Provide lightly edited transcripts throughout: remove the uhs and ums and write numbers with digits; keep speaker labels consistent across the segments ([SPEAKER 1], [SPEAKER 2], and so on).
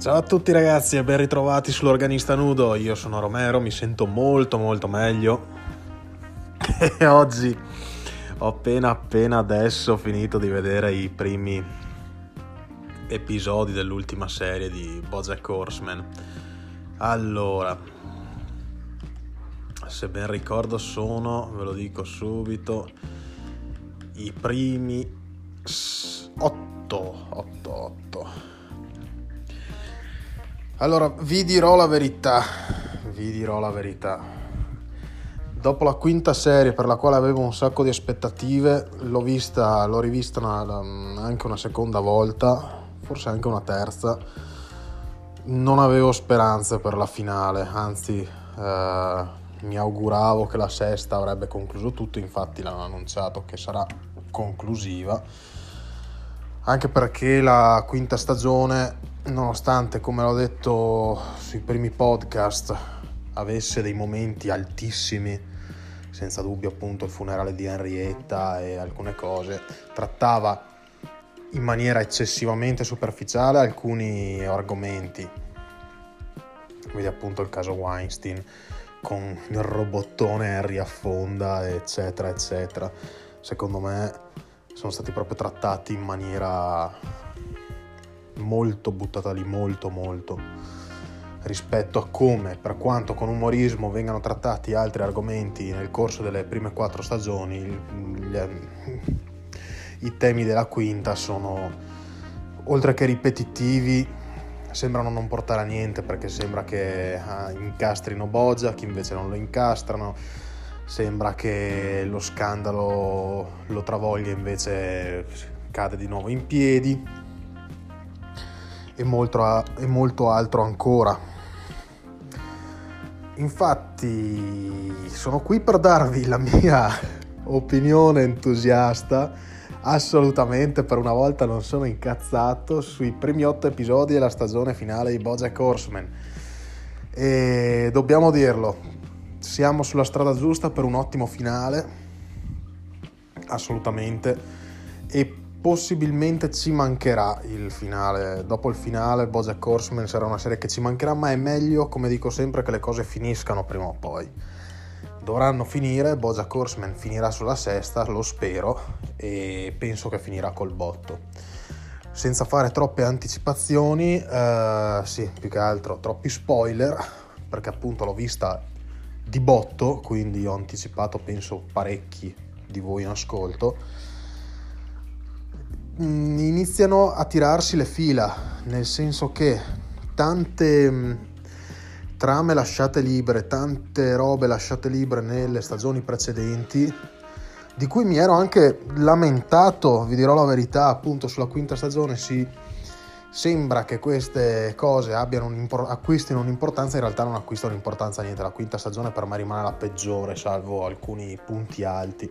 [SPEAKER 1] Ciao a tutti ragazzi e ben ritrovati sull'Organista Nudo. Io sono Romero, mi sento molto meglio e oggi ho appena adesso finito di vedere i primi episodi dell'ultima serie di BoJack Horseman. Allora, se ben ricordo ve lo dico subito, i primi 8. Allora, vi dirò la verità. Dopo la quinta serie, per la quale avevo un sacco di aspettative, l'ho rivista anche una seconda volta, forse anche una terza. Non avevo speranze per la finale, anzi mi auguravo che la sesta avrebbe concluso tutto, infatti l'hanno annunciato che sarà conclusiva, anche perché la quinta stagione, nonostante, come l'ho detto sui primi podcast, avesse dei momenti altissimi, senza dubbio appunto il funerale di Henrietta e alcune cose, trattava in maniera eccessivamente superficiale alcuni argomenti, vedi appunto il caso Weinstein con il robottone Harry affonda eccetera eccetera. Secondo me sono stati proprio trattati in maniera molto buttata lì, molto rispetto a come, per quanto con umorismo, vengano trattati altri argomenti nel corso delle prime 4 stagioni. I temi della quinta sono, oltre che ripetitivi, sembrano non portare a niente, perché sembra che incastrino BoJack, invece non lo incastrano, sembra che lo scandalo lo travolga, invece cade di nuovo in piedi, e molto altro ancora. Infatti sono qui per darvi la mia opinione entusiasta. Assolutamente, per una volta non sono incazzato sui primi 8 episodi della stagione finale di BoJack Horseman, e dobbiamo dirlo, siamo sulla strada giusta per un ottimo finale, assolutamente, e possibilmente ci mancherà il finale. Dopo il finale BoJack Horseman sarà una serie che ci mancherà, ma è meglio, come dico sempre, che le cose finiscano prima o poi. Dovranno finire, BoJack Horseman finirà sulla sesta, lo spero, e penso che finirà col botto. Senza fare troppe anticipazioni, sì, più che altro troppi spoiler, perché appunto l'ho vista di botto, quindi ho anticipato penso parecchi di voi in ascolto. Iniziano a tirarsi le fila, nel senso che tante trame lasciate libere, tante robe lasciate libere nelle stagioni precedenti, di cui mi ero anche lamentato, vi dirò la verità, appunto sulla quinta stagione sembra che queste cose acquistino un'importanza. In realtà non acquistano un'importanza niente. La quinta stagione per me rimane la peggiore, salvo alcuni punti alti.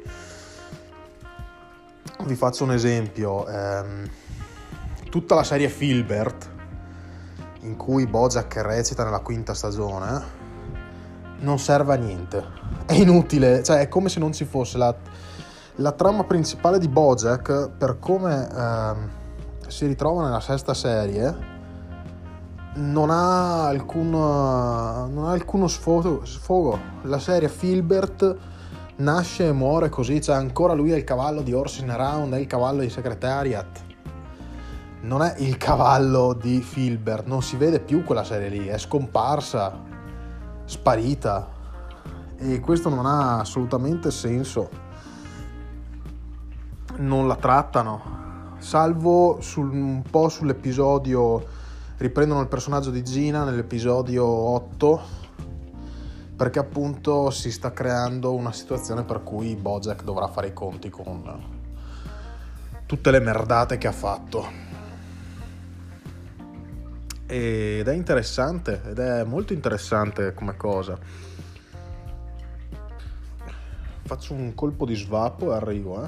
[SPEAKER 1] Vi faccio un esempio, tutta la serie Filbert, in cui BoJack recita nella quinta stagione, non serve a niente, è inutile, cioè è come se non ci fosse la trama principale di BoJack, per come si ritrova nella sesta serie, non ha alcuno sfogo. La serie Filbert nasce e muore così, cioè ancora lui è il cavallo di Horsing Around, è il cavallo di Secretariat, non è il cavallo di Filbert, non si vede più quella serie lì, è scomparsa, sparita, e questo non ha assolutamente senso. Non la trattano, salvo un po' sull'episodio, riprendono il personaggio di Gina nell'episodio 8, perché appunto si sta creando una situazione per cui BoJack dovrà fare i conti con tutte le merdate che ha fatto. Ed è interessante, ed è molto interessante come cosa. Faccio un colpo di svapo e arrivo,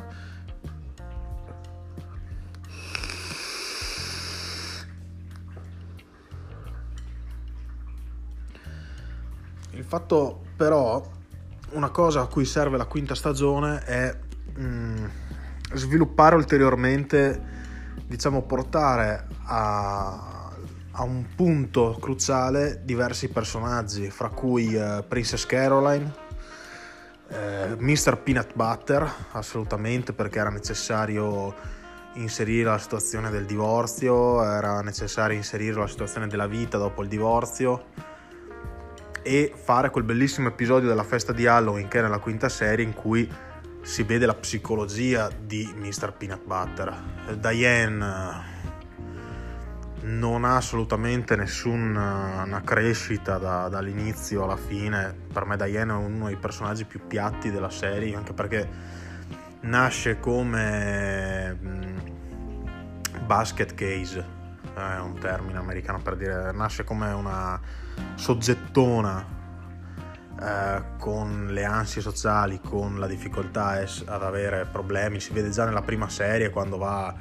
[SPEAKER 1] Il fatto però, una cosa a cui serve la quinta stagione è sviluppare ulteriormente, diciamo portare a un punto cruciale diversi personaggi, fra cui Princess Caroline, Mr. Peanut Butter, assolutamente, perché era necessario inserire la situazione del divorzio, era necessario inserire la situazione della vita dopo il divorzio e fare quel bellissimo episodio della festa di Halloween che è nella quinta serie, in cui si vede la psicologia di Mr. Peanut Butter. Diane non ha assolutamente nessuna crescita dall'inizio alla fine. Per me Diane è uno dei personaggi più piatti della serie, anche perché nasce come basket case, è un termine americano per dire, nasce come una soggettona con le ansie sociali, con la difficoltà ad avere problemi. Si vede già nella prima serie quando va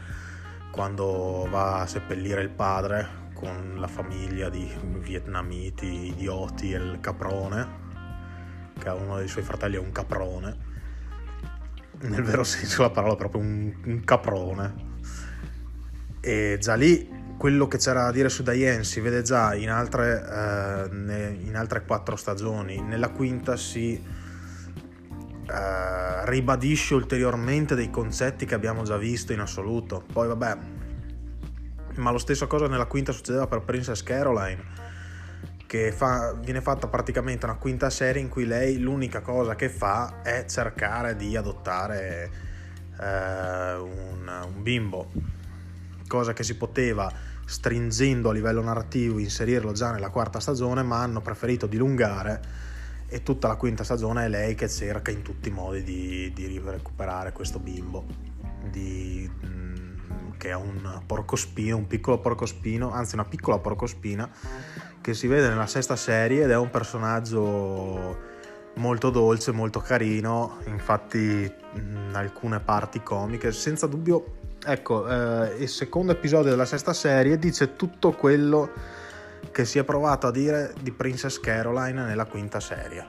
[SPEAKER 1] a seppellire il padre con la famiglia di vietnamiti idioti e il caprone, che uno dei suoi fratelli è un caprone, nel vero senso della parola, proprio un caprone. E già lì quello che c'era da dire su Diane si vede già in altre 4 stagioni. Nella quinta si ribadisce ulteriormente dei concetti che abbiamo già visto in assoluto. Poi vabbè, ma lo stesso cosa nella quinta succedeva per Princess Caroline, che viene fatta praticamente una quinta serie in cui lei l'unica cosa che fa è cercare di adottare un bimbo, cosa che si poteva, stringendo a livello narrativo, inserirlo già nella quarta stagione, ma hanno preferito dilungare, e tutta la quinta stagione è lei che cerca in tutti i modi di recuperare questo bimbo, che è un porcospino, un piccolo porcospino, anzi una piccola porcospina, che si vede nella sesta serie ed è un personaggio molto dolce, molto carino, infatti alcune parti comiche, senza dubbio. Ecco, il secondo episodio della sesta serie dice tutto quello che si è provato a dire di Princess Caroline nella quinta serie.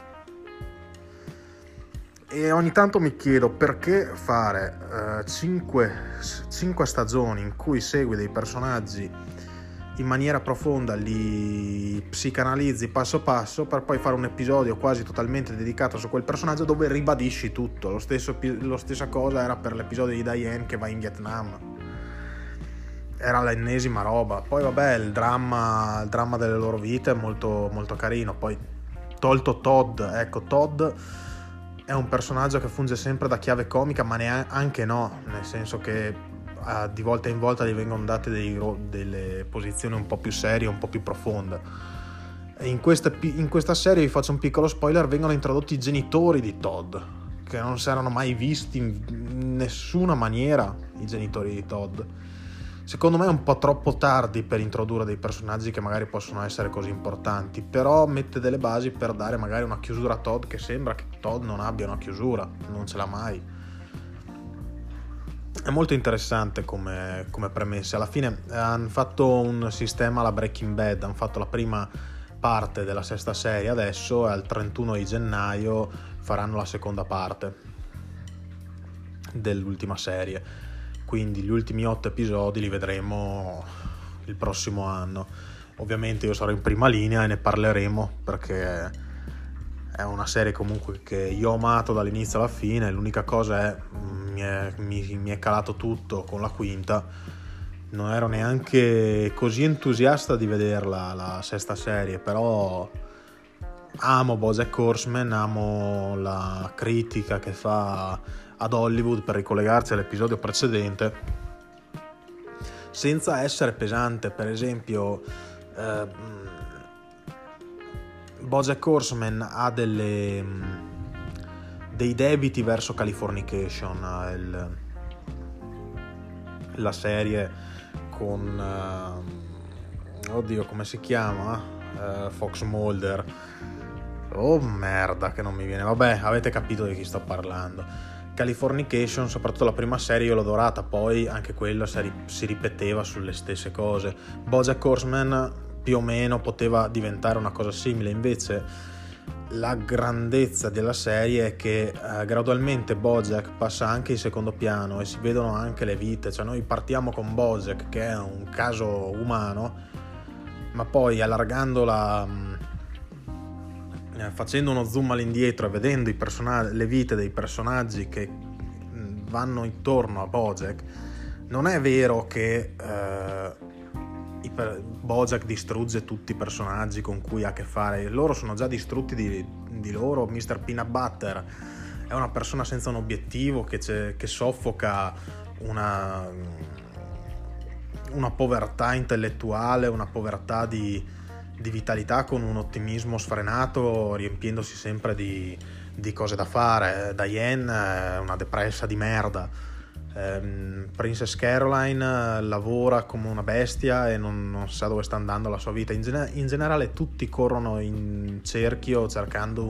[SPEAKER 1] E ogni tanto mi chiedo perché fare 5 stagioni in cui segui dei personaggi in maniera profonda, li psicanalizzi passo passo, per poi fare un episodio quasi totalmente dedicato su quel personaggio dove ribadisci tutto. Lo stessa cosa era per l'episodio di Diane che va in Vietnam, era l'ennesima roba. Poi vabbè, il dramma delle loro vite è molto, molto carino. Poi tolto Todd, ecco, Todd è un personaggio che funge sempre da chiave comica, ma neanche no, nel senso che di volta in volta gli vengono date delle posizioni un po' più serie, un po' più profonde. E in questa serie, vi faccio un piccolo spoiler, vengono introdotti i genitori di Todd, che non si erano mai visti in nessuna maniera, i genitori di Todd. Secondo me è un po' troppo tardi per introdurre dei personaggi che magari possono essere così importanti, però mette delle basi per dare magari una chiusura a Todd, che sembra che Todd non abbia una chiusura, non ce l'ha mai. È molto interessante come premesse. Alla fine hanno fatto un sistema alla Breaking Bad, hanno fatto la prima parte della sesta serie adesso, e al 31 di gennaio faranno la seconda parte dell'ultima serie, quindi gli ultimi 8 episodi li vedremo il prossimo anno. Ovviamente io sarò in prima linea e ne parleremo, perché è una serie comunque che io ho amato dall'inizio alla fine. L'unica cosa è mi è calato tutto con la quinta, non ero neanche così entusiasta di vederla la sesta serie, però amo BoJack Horseman, amo la critica che fa ad Hollywood, per ricollegarci all'episodio precedente, senza essere pesante. Per esempio BoJack Horseman ha dei debiti verso Californication, la serie con oddio, come si chiama? Fox Mulder. Oh merda, che non mi viene. Vabbè, avete capito di chi sto parlando. Californication, soprattutto la prima serie, io l'ho adorata, poi anche quella si ripeteva sulle stesse cose. BoJack Horseman più o meno poteva diventare una cosa simile, invece la grandezza della serie è che gradualmente BoJack passa anche in secondo piano e si vedono anche le vite. Cioè noi partiamo con BoJack, che è un caso umano, ma poi allargandola, facendo uno zoom all'indietro e vedendo le vite dei personaggi che vanno intorno a Bojack, non è vero che Bojack distrugge tutti i personaggi con cui ha a che fare. Loro sono già distrutti di loro. Mr. Peanut Butter è una persona senza un obiettivo che soffoca una povertà intellettuale, una povertà di vitalità, con un ottimismo sfrenato, riempiendosi sempre di cose da fare. Diane è una depressa di merda. Princess Caroline lavora come una bestia e non sa dove sta andando la sua vita. In generale tutti corrono in cerchio cercando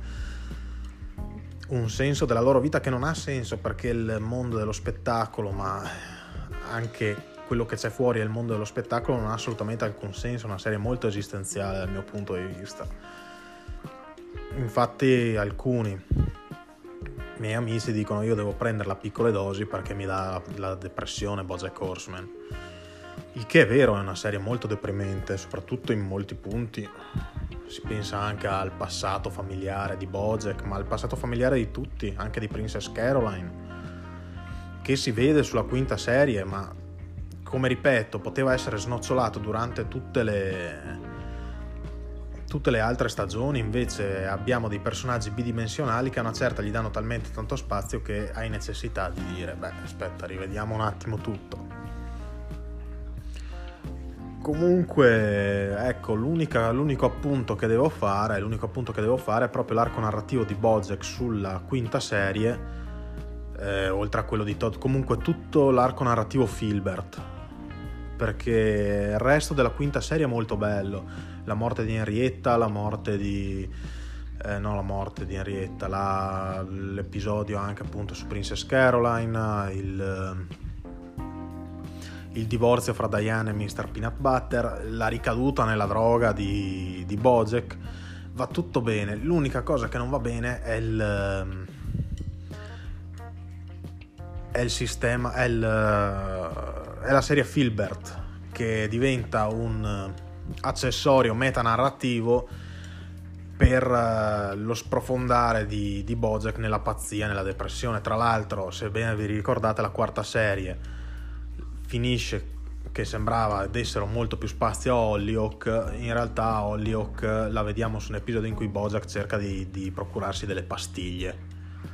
[SPEAKER 1] un senso della loro vita, che non ha senso, perché il mondo dello spettacolo, ma anche quello che c'è fuori è il mondo dello spettacolo, non ha assolutamente alcun senso. È una serie molto esistenziale dal mio punto di vista. Infatti alcuni miei amici dicono: io devo prenderla a piccole dosi perché mi dà la depressione BoJack Horseman. Il che è vero, è una serie molto deprimente, soprattutto in molti punti. Si pensa anche al passato familiare di BoJack, ma al passato familiare di tutti, anche di Princess Caroline, che si vede sulla quinta serie, ma come ripeto poteva essere snocciolato durante tutte le altre stagioni. Invece abbiamo dei personaggi bidimensionali che a una certa gli danno talmente tanto spazio che hai necessità di dire: beh, aspetta, rivediamo un attimo tutto. Comunque, ecco, l'unico appunto che devo fare è proprio l'arco narrativo di Bojack sulla quinta serie, oltre a quello di Todd. Comunque tutto l'arco narrativo Filbert, perché il resto della quinta serie è molto bello. La morte di Henrietta, l'episodio anche appunto su Princess Caroline, il divorzio fra Diane e Mr. Peanut Butter, la ricaduta nella droga di Bojack, va tutto bene. L'unica cosa che non va bene è il sistema, è la serie Filbert, che diventa un accessorio metanarrativo per lo sprofondare di Bojack nella pazzia, nella depressione. Tra l'altro, se bene vi ricordate, la quarta serie finisce che sembrava dessero molto più spazio a Hollyhock. In realtà Hollyhock la vediamo su un episodio in cui Bojack cerca di procurarsi delle pastiglie.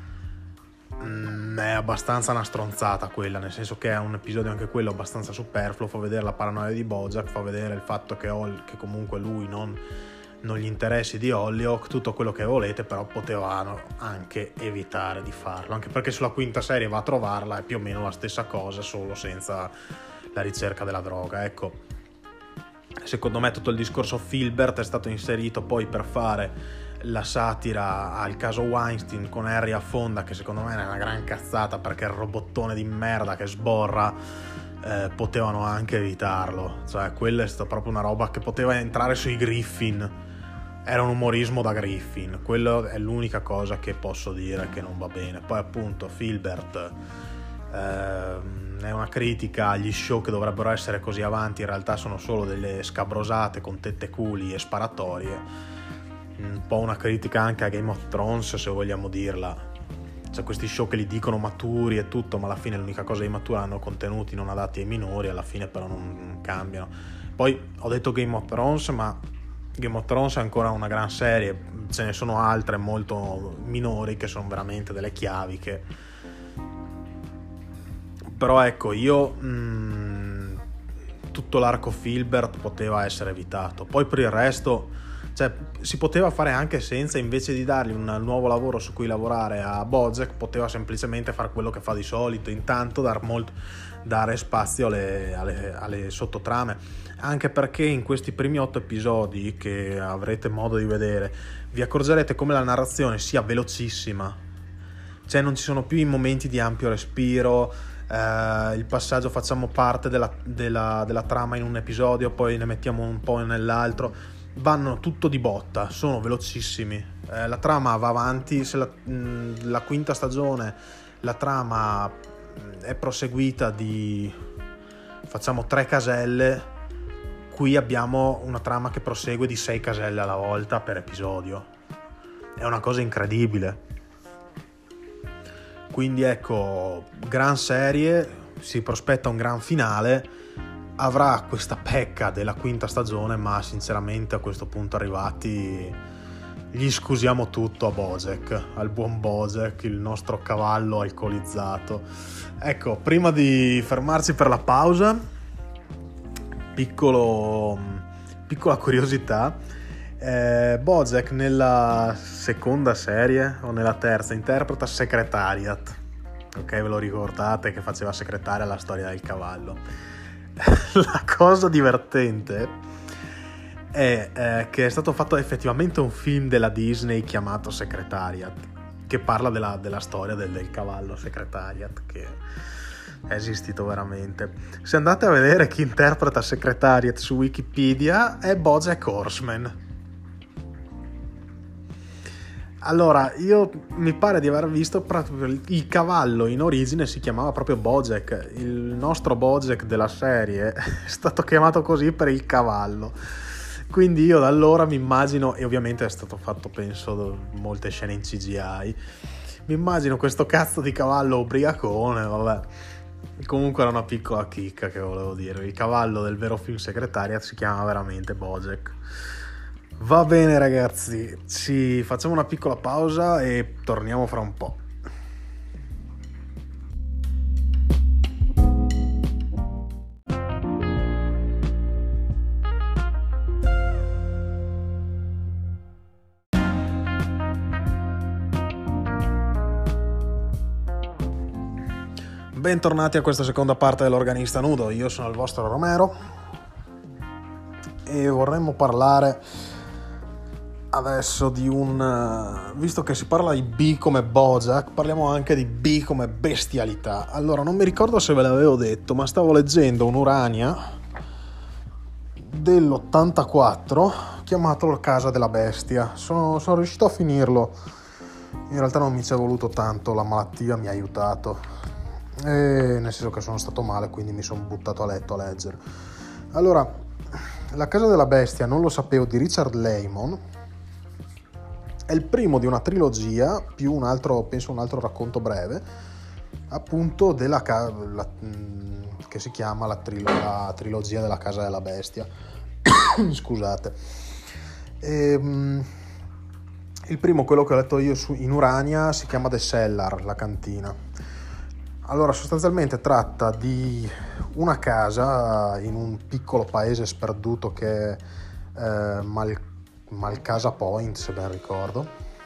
[SPEAKER 1] È abbastanza una stronzata quella, nel senso che è un episodio anche quello abbastanza superfluo. Fa vedere la paranoia di Bojack, fa vedere il fatto che comunque lui non gli interessi di Hollyhock, tutto quello che volete, però potevano anche evitare di farlo, anche perché sulla quinta serie va a trovarla, è più o meno la stessa cosa, solo senza la ricerca della droga. Ecco, secondo me tutto il discorso Filbert è stato inserito poi per fare la satira al caso Weinstein con Harry a Fonda, che secondo me è una gran cazzata, perché il robottone di merda che sborra potevano anche evitarlo. Cioè, quella è stata proprio una roba che poteva entrare sui Griffin, era un umorismo da Griffin. Quello è l'unica cosa che posso dire che non va bene. Poi appunto Filbert è una critica agli show che dovrebbero essere così avanti, in realtà sono solo delle scabrosate con tette, culi e sparatorie. Un po' una critica anche a Game of Thrones, se vogliamo dirla. C'è questi show che li dicono maturi e tutto, ma alla fine l'unica cosa di matura hanno contenuti non adatti ai minori, alla fine però non cambiano. Poi ho detto Game of Thrones, ma Game of Thrones è ancora una gran serie, ce ne sono altre molto minori che sono veramente delle chiavi che... Però ecco, tutto l'arco Filbert poteva essere evitato. Poi per il resto, cioè, si poteva fare anche senza. Invece di dargli un nuovo lavoro su cui lavorare a Bojack, poteva semplicemente fare quello che fa di solito, intanto dare spazio alle sottotrame, anche perché in questi primi 8 episodi, che avrete modo di vedere, vi accorgerete come la narrazione sia velocissima. Cioè non ci sono più i momenti di ampio respiro, il passaggio facciamo parte della trama in un episodio, poi ne mettiamo un po' nell'altro, vanno tutto di botta, sono velocissimi. La trama va avanti. Se la quinta stagione la trama è proseguita di, facciamo, 3 caselle, qui abbiamo una trama che prosegue di 6 caselle alla volta per episodio. È una cosa incredibile. Quindi ecco, gran serie, si prospetta un gran finale, avrà questa pecca della quinta stagione, ma sinceramente a questo punto arrivati gli scusiamo tutto a Bojack, al buon Bojack, il nostro cavallo alcolizzato. Ecco, prima di fermarci per la pausa, piccola curiosità. Bojack nella seconda serie o nella terza interpreta Secretariat, ok, ve lo ricordate che faceva segretaria alla storia del cavallo. La cosa divertente è che è stato fatto effettivamente un film della Disney chiamato Secretariat, che parla della storia del cavallo Secretariat, che è esistito veramente. Se andate a vedere chi interpreta Secretariat su Wikipedia è Bojack Horseman. Allora, mi pare di aver visto proprio il cavallo in origine si chiamava proprio Bojack. Il nostro Bojack della serie è stato chiamato così per il cavallo. Quindi io da allora mi immagino, e ovviamente è stato fatto penso molte scene in CGI, mi immagino questo cazzo di cavallo ubriacone, vabbè. Comunque era una piccola chicca che volevo dire. Il cavallo del vero film Secretariat si chiama veramente Bojack. Va bene ragazzi, ci facciamo una piccola pausa e torniamo fra un po'. Bentornati a questa seconda parte dell'Organista Nudo. Io sono il vostro Romero e vorremmo parlare adesso di visto che si parla di B come Bojack, parliamo anche di B come bestialità. Allora, non mi ricordo se ve l'avevo detto, ma stavo leggendo un Urania dell'84 chiamato Casa della Bestia. Sono riuscito a finirlo. In realtà non mi ci è voluto tanto, la malattia mi ha aiutato, nel senso che sono stato male, quindi mi sono buttato a letto a leggere. Allora, La Casa della Bestia, non lo sapevo, di Richard Laymon, è il primo di una trilogia più un altro racconto breve, appunto che si chiama la trilogia della Casa della Bestia. Scusate. Il primo, quello che ho letto io in Urania, si chiama The Cellar, la cantina. Allora, sostanzialmente tratta di una casa in un piccolo paese sperduto che è Malcasa Point, se ben ricordo,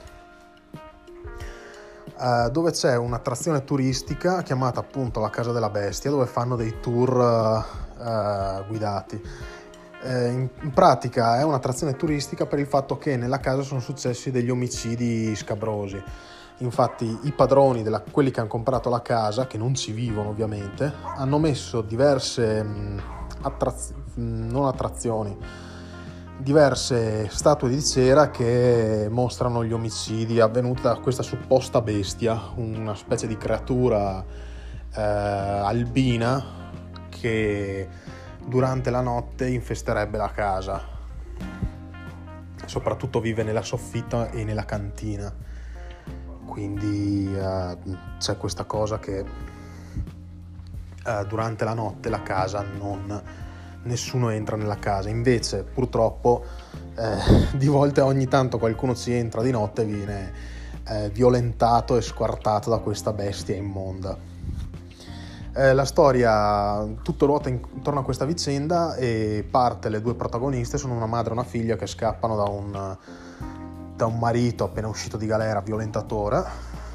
[SPEAKER 1] dove c'è un'attrazione turistica chiamata appunto la Casa della Bestia, dove fanno dei tour guidati. In pratica è un'attrazione turistica per il fatto che nella casa sono successi degli omicidi scabrosi. Infatti i padroni, quelli che hanno comprato la casa, che non ci vivono ovviamente, hanno messo diverse diverse statue di cera che mostrano gli omicidi avvenuti da questa supposta bestia, una specie di creatura albina che durante la notte infesterebbe la casa. Soprattutto vive nella soffitta e nella cantina. Quindi c'è questa cosa che durante la notte la casa nessuno entra nella casa. Invece purtroppo di volte ogni tanto qualcuno ci entra di notte e viene violentato e squartato da questa bestia immonda. La storia tutto ruota intorno a questa vicenda e le due protagoniste sono una madre e una figlia che scappano da un marito appena uscito di galera violentatore,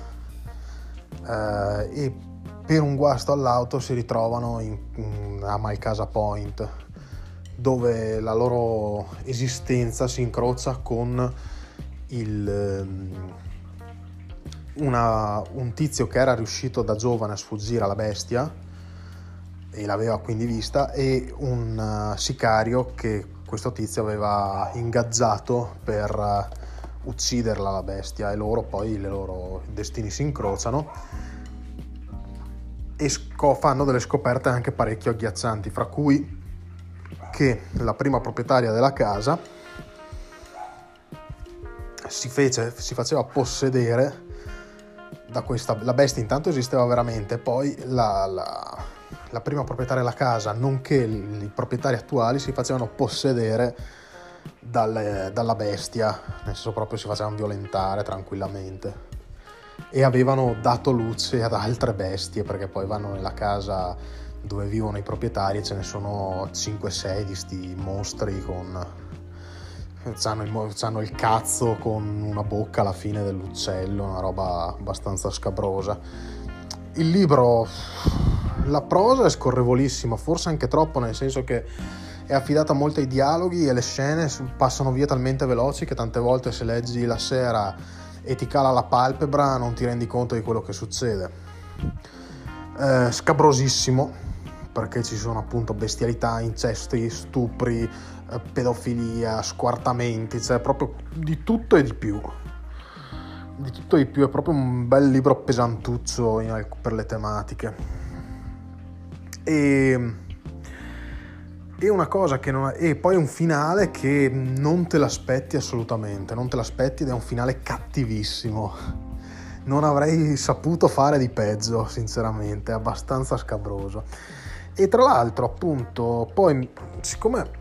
[SPEAKER 1] e per un guasto all'auto si ritrovano a Malcasa Point, dove la loro esistenza si incrocia con un tizio che era riuscito da giovane a sfuggire alla bestia e l'aveva quindi vista, e un sicario che questo tizio aveva ingaggiato per ucciderla la bestia, e poi i loro destini si incrociano e fanno delle scoperte anche parecchio agghiaccianti, fra cui che la prima proprietaria della casa si faceva possedere da questa, la bestia intanto esisteva veramente, poi la prima proprietaria della casa, nonché i proprietari attuali, si facevano possedere dalla bestia, nel senso proprio si facevano violentare tranquillamente, e avevano dato luce ad altre bestie, perché poi vanno nella casa dove vivono i proprietari e ce ne sono 5-6 di sti mostri c'hanno il cazzo con una bocca alla fine dell'uccello, una roba abbastanza scabrosa. Il libro, la prosa è scorrevolissima, forse anche troppo, nel senso che è affidata molto ai dialoghi e le scene passano via talmente veloci che tante volte se leggi la sera e ti cala la palpebra non ti rendi conto di quello che succede. Scabrosissimo, perché ci sono appunto bestialità, incesti, stupri, pedofilia, squartamenti, cioè proprio di tutto e di più. Di tutto e di più, è proprio un bel libro pesantuccio per le tematiche. E una cosa che e poi un finale che non te l'aspetti assolutamente, non te l'aspetti, ed è un finale cattivissimo. Non avrei saputo fare di peggio, sinceramente, è abbastanza scabroso. E tra l'altro, appunto, poi, siccome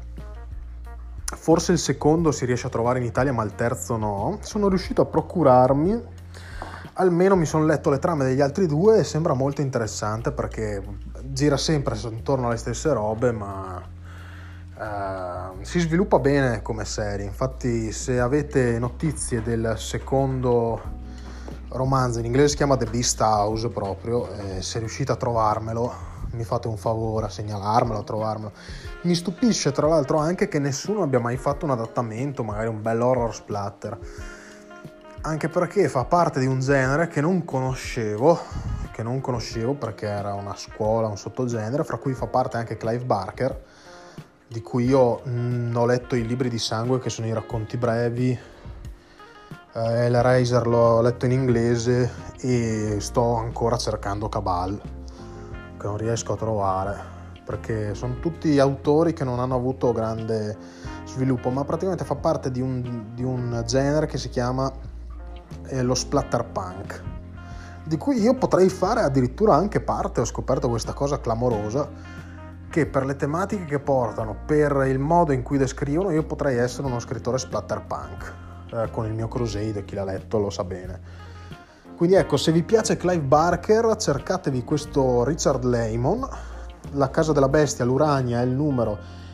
[SPEAKER 1] forse il secondo si riesce a trovare in Italia ma il terzo no, sono riuscito a procurarmi, almeno mi sono letto le trame degli altri due e sembra molto interessante, perché gira sempre intorno alle stesse robe, ma si sviluppa bene come serie. Infatti, se avete notizie del secondo romanzo, in inglese si chiama The Beast House proprio, se riuscite a trovarmelo mi fate un favore a segnalarmelo, a trovarmelo. Mi stupisce tra l'altro anche che nessuno abbia mai fatto un adattamento, magari un bel horror splatter, anche perché fa parte di un genere che non conoscevo perché era una scuola, un sottogenere, fra cui fa parte anche Clive Barker, di cui io ho letto i libri di sangue, che sono i racconti brevi. Hellraiser l'ho letto in inglese e sto ancora cercando Cabal, che non riesco a trovare, perché sono tutti autori che non hanno avuto grande sviluppo, ma praticamente fa parte di un genere che si chiama lo splatterpunk, di cui io potrei fare addirittura anche parte. Ho scoperto questa cosa clamorosa, che per le tematiche che portano, per il modo in cui descrivono, io potrei essere uno scrittore splatterpunk, con il mio Crusade, chi l'ha letto lo sa bene. Quindi ecco, se vi piace Clive Barker, cercatevi questo Richard Laymon, La casa della bestia, l'Urania è il numero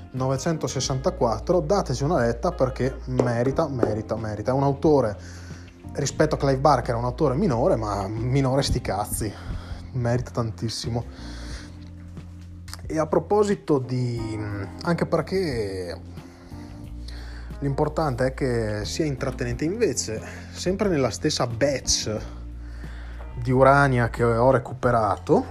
[SPEAKER 1] 964, dateci una letta, perché merita. È un autore, rispetto a Clive Barker, è un autore minore, ma minore sti cazzi, merita tantissimo. E a proposito anche perché l'importante è che sia intrattenente, invece, sempre nella stessa batch di Urania che ho recuperato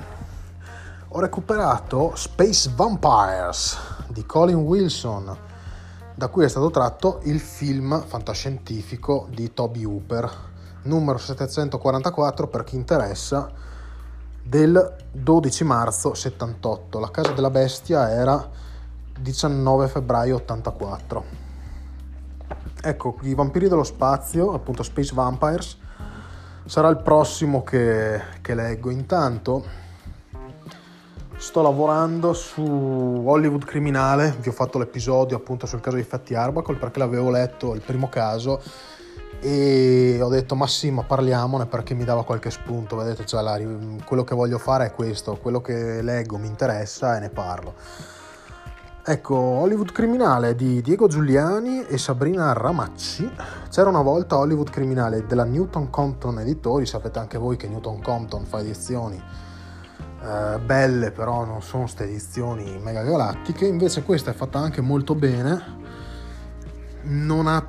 [SPEAKER 1] Space Vampires di Colin Wilson, da cui è stato tratto il film fantascientifico di Toby Hooper, numero 744 per chi interessa, del 12 marzo 78. La casa della bestia era 19 febbraio 84. Ecco, i vampiri dello spazio, appunto Space Vampires, sarà il prossimo che leggo. Intanto sto lavorando su Hollywood Criminale. Vi ho fatto l'episodio appunto sul caso di Fatty Arbuckle, perché l'avevo letto il primo caso e ho detto ma sì, ma parliamone, perché mi dava qualche spunto. Vedete, cioè, quello che voglio fare è questo, quello che leggo mi interessa e ne parlo. Ecco, Hollywood Criminale di Diego Giuliani e Sabrina Ramacci. C'era una volta Hollywood Criminale della Newton Compton Editori. Sapete anche voi che Newton Compton fa edizioni belle, però non sono ste edizioni mega galattiche. Invece questa è fatta anche molto bene, non ha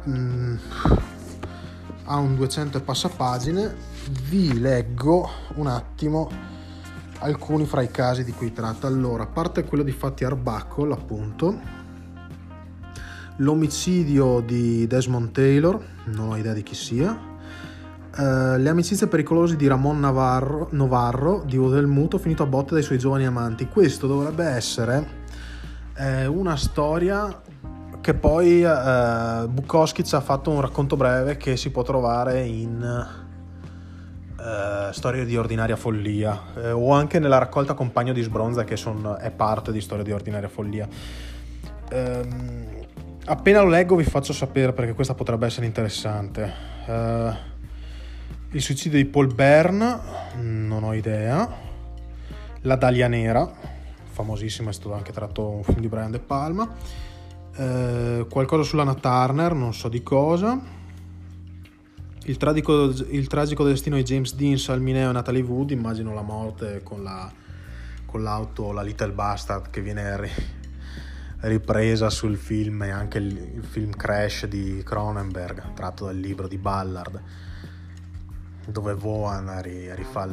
[SPEAKER 1] un 200 e passapagine. Vi leggo un attimo alcuni fra i casi di cui tratta. Allora, a parte quello di Fatty Arbuckle, appunto, l'omicidio di Desmond Taylor, non ho idea di chi sia, le amicizie pericolose di Ramon Novarro, divo del muto, finito a botte dai suoi giovani amanti. Questo dovrebbe essere È una storia che poi Bukowski ci ha fatto un racconto breve che si può trovare in Storie di ordinaria follia, o anche nella raccolta Compagno di sbronza, che è parte di Storie di ordinaria follia. Appena lo leggo vi faccio sapere, perché questa potrebbe essere interessante. Il suicidio di Paul Bern, non ho idea. La Dahlia Nera, famosissima, è stato anche tratto un film di Brian De Palma. Qualcosa sull'Anna Turner, non so di cosa. Il tragico destino di James Dean, Salmineo e Natalie Wood, immagino la morte con l'auto, la Little Bastard, che viene ripresa sul film, e anche il film Crash di Cronenberg, tratto dal libro di Ballard, dove Vaughan rifà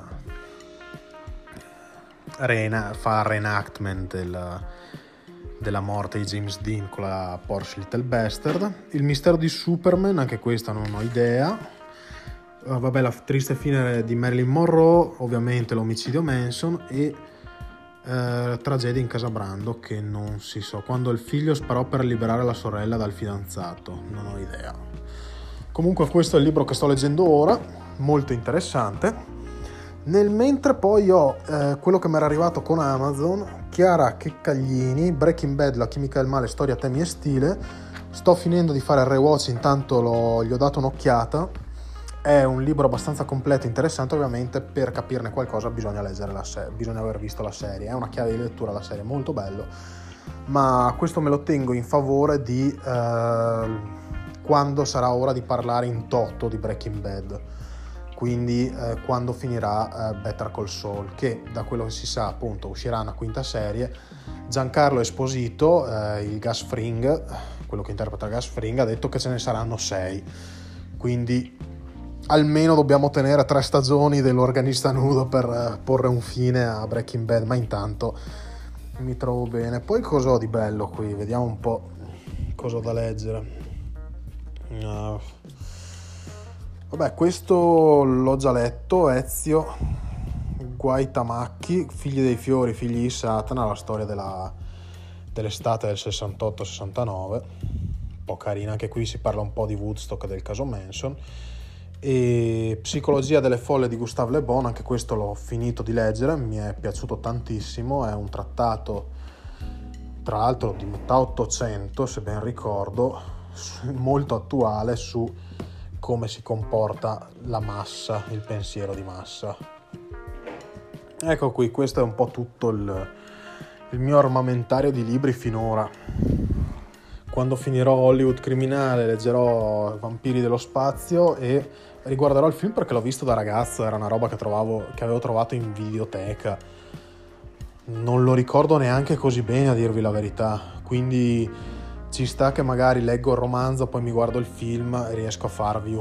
[SPEAKER 1] fa il reenactment della morte di James Dean con la Porsche Little Bastard. Il mistero di Superman, anche questa non ho idea. Vabbè, la triste fine di Marilyn Monroe, ovviamente l'omicidio Manson, e tragedia in Casa Brando, che non si so. Quando il figlio sparò per liberare la sorella dal fidanzato, non ho idea. Comunque questo è il libro che sto leggendo ora, molto interessante. Nel mentre poi ho quello che mi era arrivato con Amazon, Chiara Checcaglini, Breaking Bad, La chimica del male, storia, temi e stile. Sto finendo di fare il rewatch, intanto gli ho dato un'occhiata. È un libro abbastanza completo e interessante. Ovviamente per capirne qualcosa bisogna leggere bisogna aver visto la serie. È una chiave di lettura la serie, molto bello, ma questo me lo tengo in favore di quando sarà ora di parlare in toto di Breaking Bad, quindi quando finirà Better Call Saul, che da quello che si sa appunto uscirà una quinta serie. Giancarlo Esposito, il Gus Fring, quello che interpreta Gus Fring, ha detto che ce ne saranno 6, quindi almeno dobbiamo tenere 3 stagioni dell'organista nudo per porre un fine a Breaking Bad, ma intanto mi trovo bene. Poi cosa ho di bello qui? Vediamo un po' cosa ho da leggere. Vabbè, questo l'ho già letto, Ezio Guaitamacchi, Figli dei fiori, figli di Satana, la storia dell'estate del 68-69, un po' carina, anche qui si parla un po' di Woodstock e del caso Manson. E Psicologia delle folle di Gustave Le Bon, anche questo l'ho finito di leggere, mi è piaciuto tantissimo, è un trattato tra l'altro di metà 800 se ben ricordo, molto attuale su come si comporta la massa, il pensiero di massa. Ecco qui, questo è un po' tutto il mio armamentario di libri finora. Quando finirò Hollywood Criminale leggerò Vampiri dello spazio e riguarderò il film, perché l'ho visto da ragazzo, era una roba che avevo trovato in videoteca. Non lo ricordo neanche così bene, a dirvi la verità, quindi ci sta che magari leggo il romanzo, poi mi guardo il film e riesco a farvi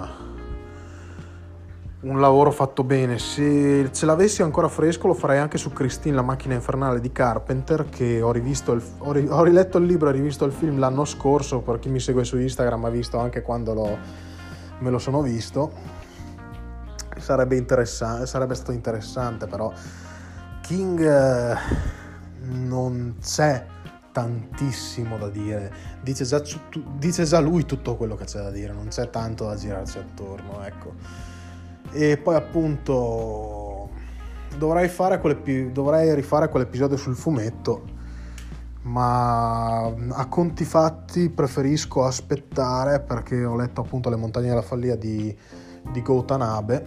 [SPEAKER 1] un lavoro fatto bene. Se ce l'avessi ancora fresco lo farei anche su Christine, la macchina infernale di Carpenter, che ho riletto il libro e rivisto il film l'anno scorso. Per chi mi segue su Instagram ha visto anche quando me lo sono visto. Sarebbe stato interessante, però King non c'è tantissimo da dire, dice già lui tutto quello che c'è da dire, non c'è tanto da girarci attorno, ecco. E poi appunto dovrei rifare quell'episodio sul fumetto, ma a conti fatti preferisco aspettare, perché ho letto appunto Le montagne della follia di Go-Tanabe,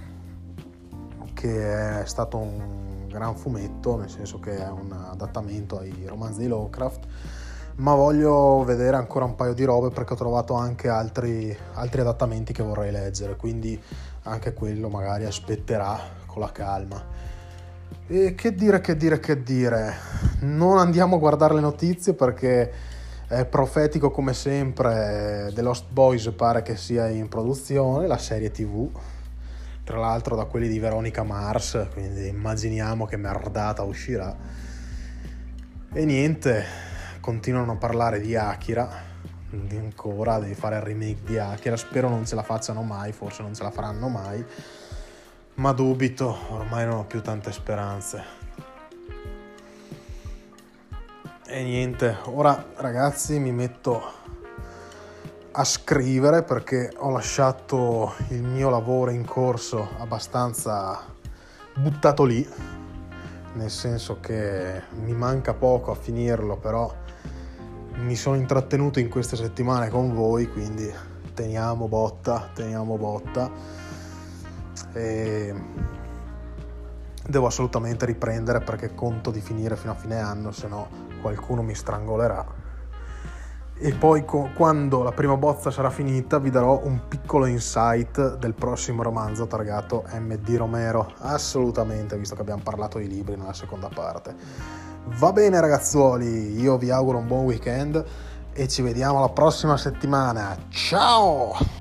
[SPEAKER 1] che è stato un gran fumetto, nel senso che è un adattamento ai romanzi di Lovecraft, ma voglio vedere ancora un paio di robe, perché ho trovato anche altri adattamenti che vorrei leggere, quindi anche quello magari aspetterà con la calma. E che dire, non andiamo a guardare le notizie, perché è profetico come sempre. The Lost Boys pare che sia in produzione, la serie TV, tra l'altro da quelli di Veronica Mars, quindi immaginiamo che merdata uscirà. E niente, continuano a parlare di Akira, ancora devi fare il remake di Akira, spero non ce la facciano mai, forse non ce la faranno mai, ma dubito, ormai non ho più tante speranze. E niente, ora ragazzi mi metto a scrivere perché ho lasciato il mio lavoro in corso abbastanza buttato lì, nel senso che mi manca poco a finirlo, però mi sono intrattenuto in queste settimane con voi, quindi teniamo botta e devo assolutamente riprendere perché conto di finire fino a fine anno, se no qualcuno mi strangolerà. E poi quando la prima bozza sarà finita vi darò un piccolo insight del prossimo romanzo targato M.D. Romero, assolutamente, visto che abbiamo parlato di libri nella seconda parte. Va bene ragazzuoli, io vi auguro un buon weekend e ci vediamo la prossima settimana. Ciao!